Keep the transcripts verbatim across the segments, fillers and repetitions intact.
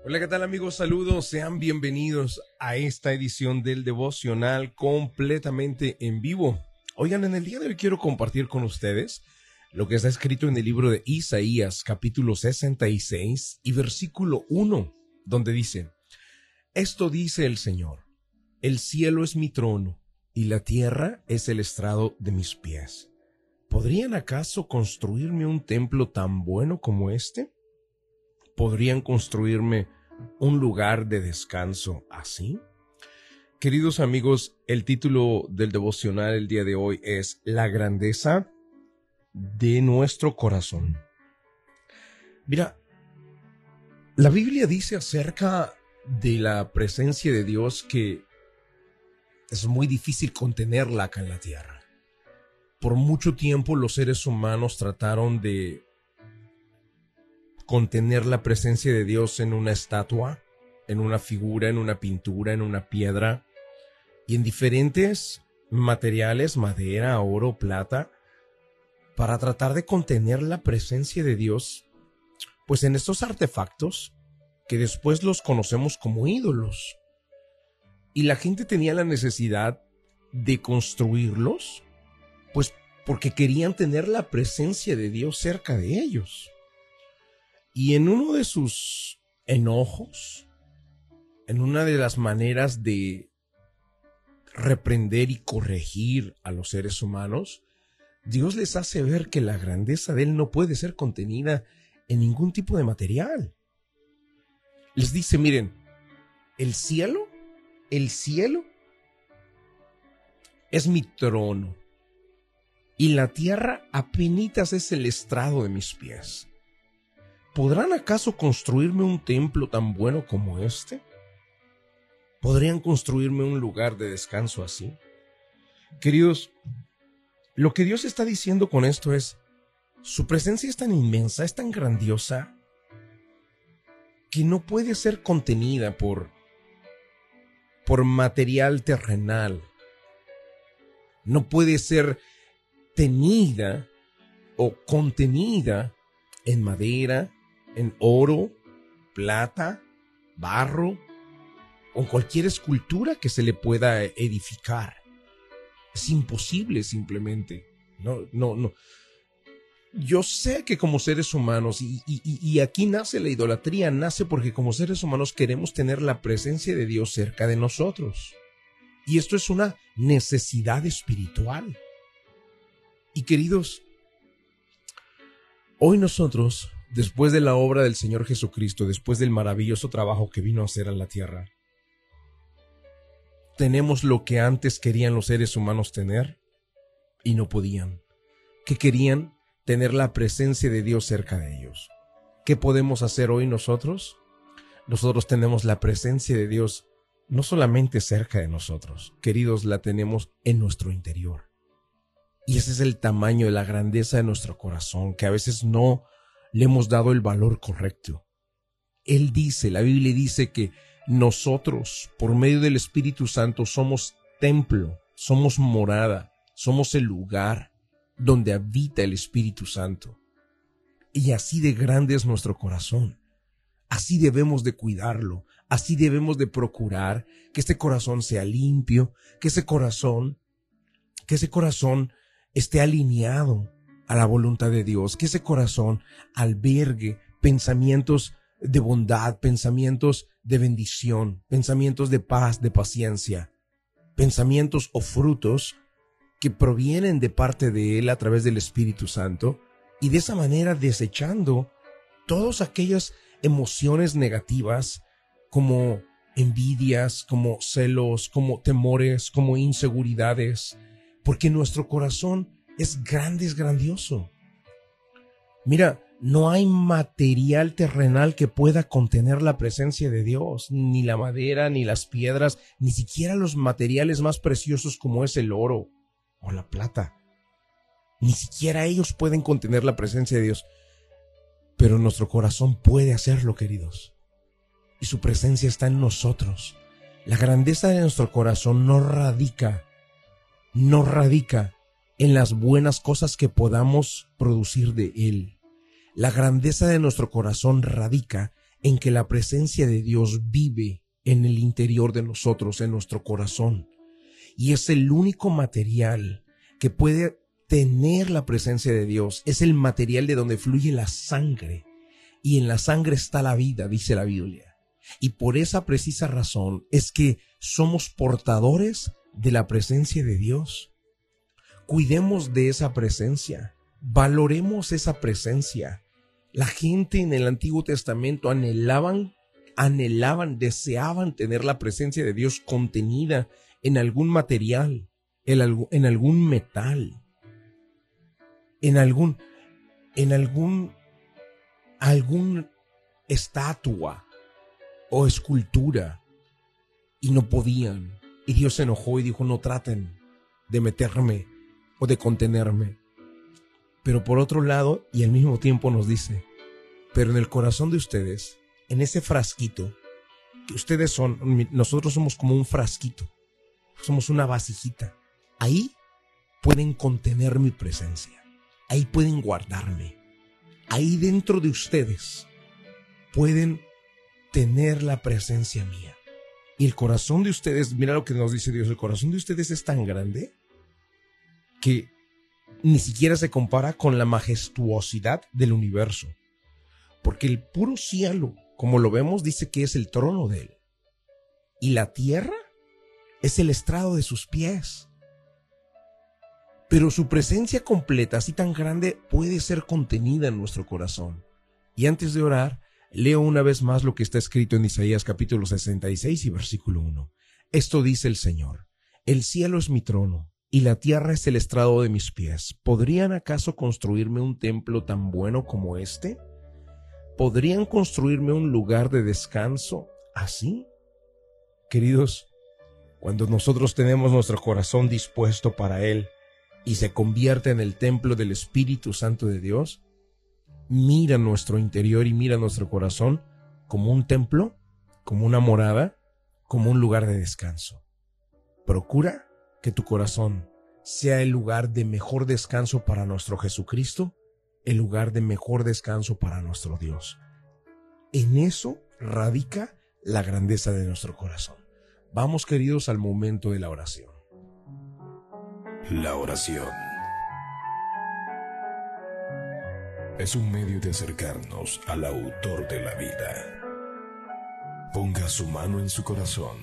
Hola, ¿qué tal amigos? Saludos, sean bienvenidos a esta edición del devocional completamente en vivo. Oigan, en el día de hoy quiero compartir con ustedes lo que está escrito en el libro de Isaías, capítulo sesenta y seis y versículo uno, donde dice: Esto dice el Señor, el cielo es mi trono y la tierra es el estrado de mis pies. ¿Podrían acaso construirme un templo tan bueno como este? ¿Podrían construirme un lugar de descanso así? Queridos amigos, el título del devocional el día de hoy es La grandeza de nuestro corazón. Mira, la Biblia dice acerca de la presencia de Dios que es muy difícil contenerla acá en la tierra. Por mucho tiempo los seres humanos trataron de contener la presencia de Dios en una estatua, en una figura, en una pintura, en una piedra y en diferentes materiales, madera, oro, plata, para tratar de contener la presencia de Dios, pues en estos artefactos que después los conocemos como ídolos. Y la gente tenía la necesidad de construirlos, pues porque querían tener la presencia de Dios cerca de ellos. Y en uno de sus enojos, en una de las maneras de reprender y corregir a los seres humanos, Dios les hace ver que la grandeza de Él no puede ser contenida en ningún tipo de material. Les dice, miren, el cielo, el cielo es mi trono y la tierra apenitas es el estrado de mis pies. ¿Podrán acaso construirme un templo tan bueno como este? ¿Podrían construirme un lugar de descanso así? Queridos, lo que Dios está diciendo con esto es, su presencia es tan inmensa, es tan grandiosa, que no puede ser contenida por, por material terrenal. No puede ser tenida o contenida en madera, en oro, plata, barro, o cualquier escultura que se le pueda edificar. Es imposible simplemente. No, no, no. Yo sé que como seres humanos, y, y, y aquí nace la idolatría, nace porque como seres humanos queremos tener la presencia de Dios cerca de nosotros. Y esto es una necesidad espiritual. Y queridos, hoy nosotros, después de la obra del Señor Jesucristo, después del maravilloso trabajo que vino a hacer a la tierra, tenemos lo que antes querían los seres humanos tener y no podían. ¿Qué querían? Tener la presencia de Dios cerca de ellos. ¿Qué podemos hacer hoy nosotros? Nosotros tenemos la presencia de Dios no solamente cerca de nosotros, queridos, la tenemos en nuestro interior. Y ese es el tamaño de la grandeza de nuestro corazón, que a veces no le hemos dado el valor correcto. Él dice, la Biblia dice que nosotros, por medio del Espíritu Santo, somos templo, somos morada, somos el lugar donde habita el Espíritu Santo. Y así de grande es nuestro corazón. Así debemos de cuidarlo, así debemos de procurar que este corazón sea limpio, que ese corazón, que ese corazón esté alineado a la voluntad de Dios, que ese corazón albergue pensamientos de bondad, pensamientos de bendición, pensamientos de paz, de paciencia, pensamientos o frutos que provienen de parte de Él a través del Espíritu Santo, y de esa manera desechando todas aquellas emociones negativas como envidias, como celos, como temores, como inseguridades, porque nuestro corazón es grande, es grandioso. Mira, no hay material terrenal que pueda contener la presencia de Dios, ni la madera, ni las piedras, ni siquiera los materiales más preciosos como es el oro o la plata. Ni siquiera ellos pueden contener la presencia de Dios. Pero nuestro corazón puede hacerlo, queridos. Y su presencia está en nosotros. La grandeza de nuestro corazón no radica, no radica en las buenas cosas que podamos producir de Él. La grandeza de nuestro corazón radica en que la presencia de Dios vive en el interior de nosotros, en nuestro corazón. Y es el único material que puede tener la presencia de Dios. Es el material de donde fluye la sangre. Y en la sangre está la vida, dice la Biblia. Y por esa precisa razón es que somos portadores de la presencia de Dios. Cuidemos de esa presencia. Valoremos esa presencia. La gente en el Antiguo Testamento anhelaban, anhelaban, deseaban tener la presencia de Dios contenida en algún material, en algún metal, en algún, en algún, algún estatua o escultura, y no podían. Y Dios se enojó y dijo: no traten de meterme o de contenerme. Pero por otro lado, y al mismo tiempo nos dice: pero en el corazón de ustedes, en ese frasquito, que ustedes son, nosotros somos como un frasquito, somos una vasijita. Ahí pueden contener mi presencia. Ahí pueden guardarme. Ahí dentro de ustedes pueden tener la presencia mía. Y el corazón de ustedes, mira lo que nos dice Dios, el corazón de ustedes es tan grande que ni siquiera se compara con la majestuosidad del universo. Porque el puro cielo, como lo vemos, dice que es el trono de Él. Y la tierra es el estrado de sus pies. Pero su presencia completa, así tan grande, puede ser contenida en nuestro corazón. Y antes de orar, leo una vez más lo que está escrito en Isaías capítulo sesenta y seis y versículo uno. Esto dice el Señor: el cielo es mi trono y la tierra es el estrado de mis pies. ¿Podrían acaso construirme un templo tan bueno como este? ¿Podrían construirme un lugar de descanso así? Queridos, cuando nosotros tenemos nuestro corazón dispuesto para Él y se convierte en el templo del Espíritu Santo de Dios, mira nuestro interior y mira nuestro corazón como un templo, como una morada, como un lugar de descanso. Procura que tu corazón sea el lugar de mejor descanso para nuestro Jesucristo, el lugar de mejor descanso para nuestro Dios. En eso radica la grandeza de nuestro corazón. Vamos, queridos, al momento de la oración. La oración es un medio de acercarnos al autor de la vida. Ponga su mano en su corazón.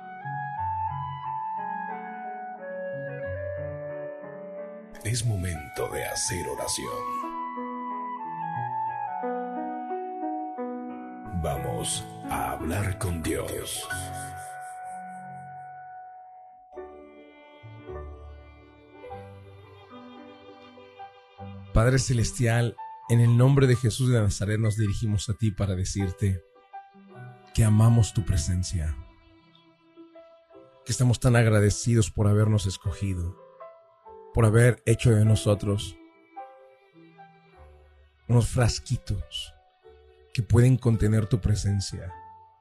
Es momento de hacer oración. Vamos a hablar con Dios. Padre Celestial, en el nombre de Jesús de Nazaret nos dirigimos a ti para decirte que amamos tu presencia, que estamos tan agradecidos por habernos escogido, por haber hecho de nosotros unos frasquitos que pueden contener tu presencia.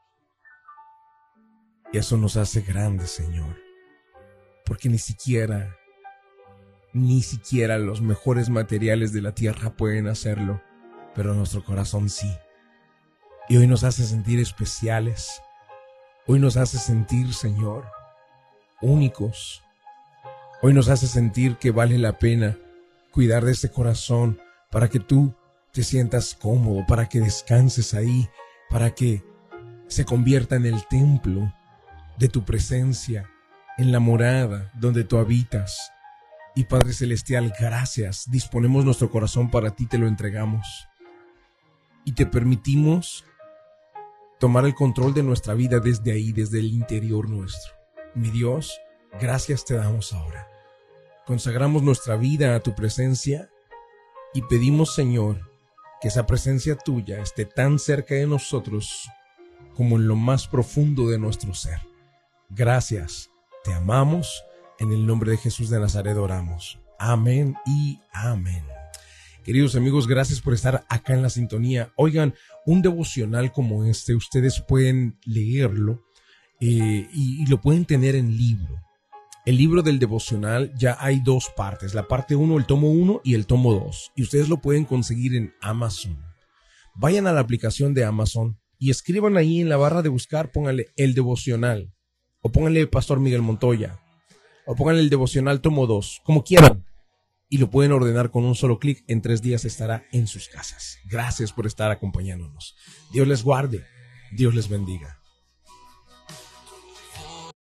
Y eso nos hace grandes, Señor, porque ni siquiera Ni siquiera los mejores materiales de la tierra pueden hacerlo, pero nuestro corazón sí. Y hoy nos hace sentir especiales. Hoy nos hace sentir, Señor, únicos. Hoy nos hace sentir que vale la pena cuidar de ese corazón para que tú te sientas cómodo, para que descanses ahí, para que se convierta en el templo de tu presencia, en la morada donde tú habitas. Y Padre Celestial, gracias, disponemos nuestro corazón para ti, te lo entregamos. Y te permitimos tomar el control de nuestra vida desde ahí, desde el interior nuestro. Mi Dios, gracias te damos ahora. Consagramos nuestra vida a tu presencia y pedimos, Señor, que esa presencia tuya esté tan cerca de nosotros como en lo más profundo de nuestro ser. Gracias, te amamos. En el nombre de Jesús de Nazaret oramos. Amén y amén. Queridos amigos, gracias por estar acá en la sintonía. Oigan, un devocional como este, ustedes pueden leerlo eh, y, y lo pueden tener en libro. El libro del devocional ya hay dos partes, la parte uno, el tomo uno y el tomo dos. Y ustedes lo pueden conseguir en Amazon. Vayan a la aplicación de Amazon y escriban ahí en la barra de buscar, pónganle el devocional, o pónganle Pastor Miguel Montoya, o pónganle el devocional tomo dos, como quieran, y lo pueden ordenar con un solo clic. En tres días estará en sus casas. Gracias por estar acompañándonos. Dios les guarde, Dios les bendiga.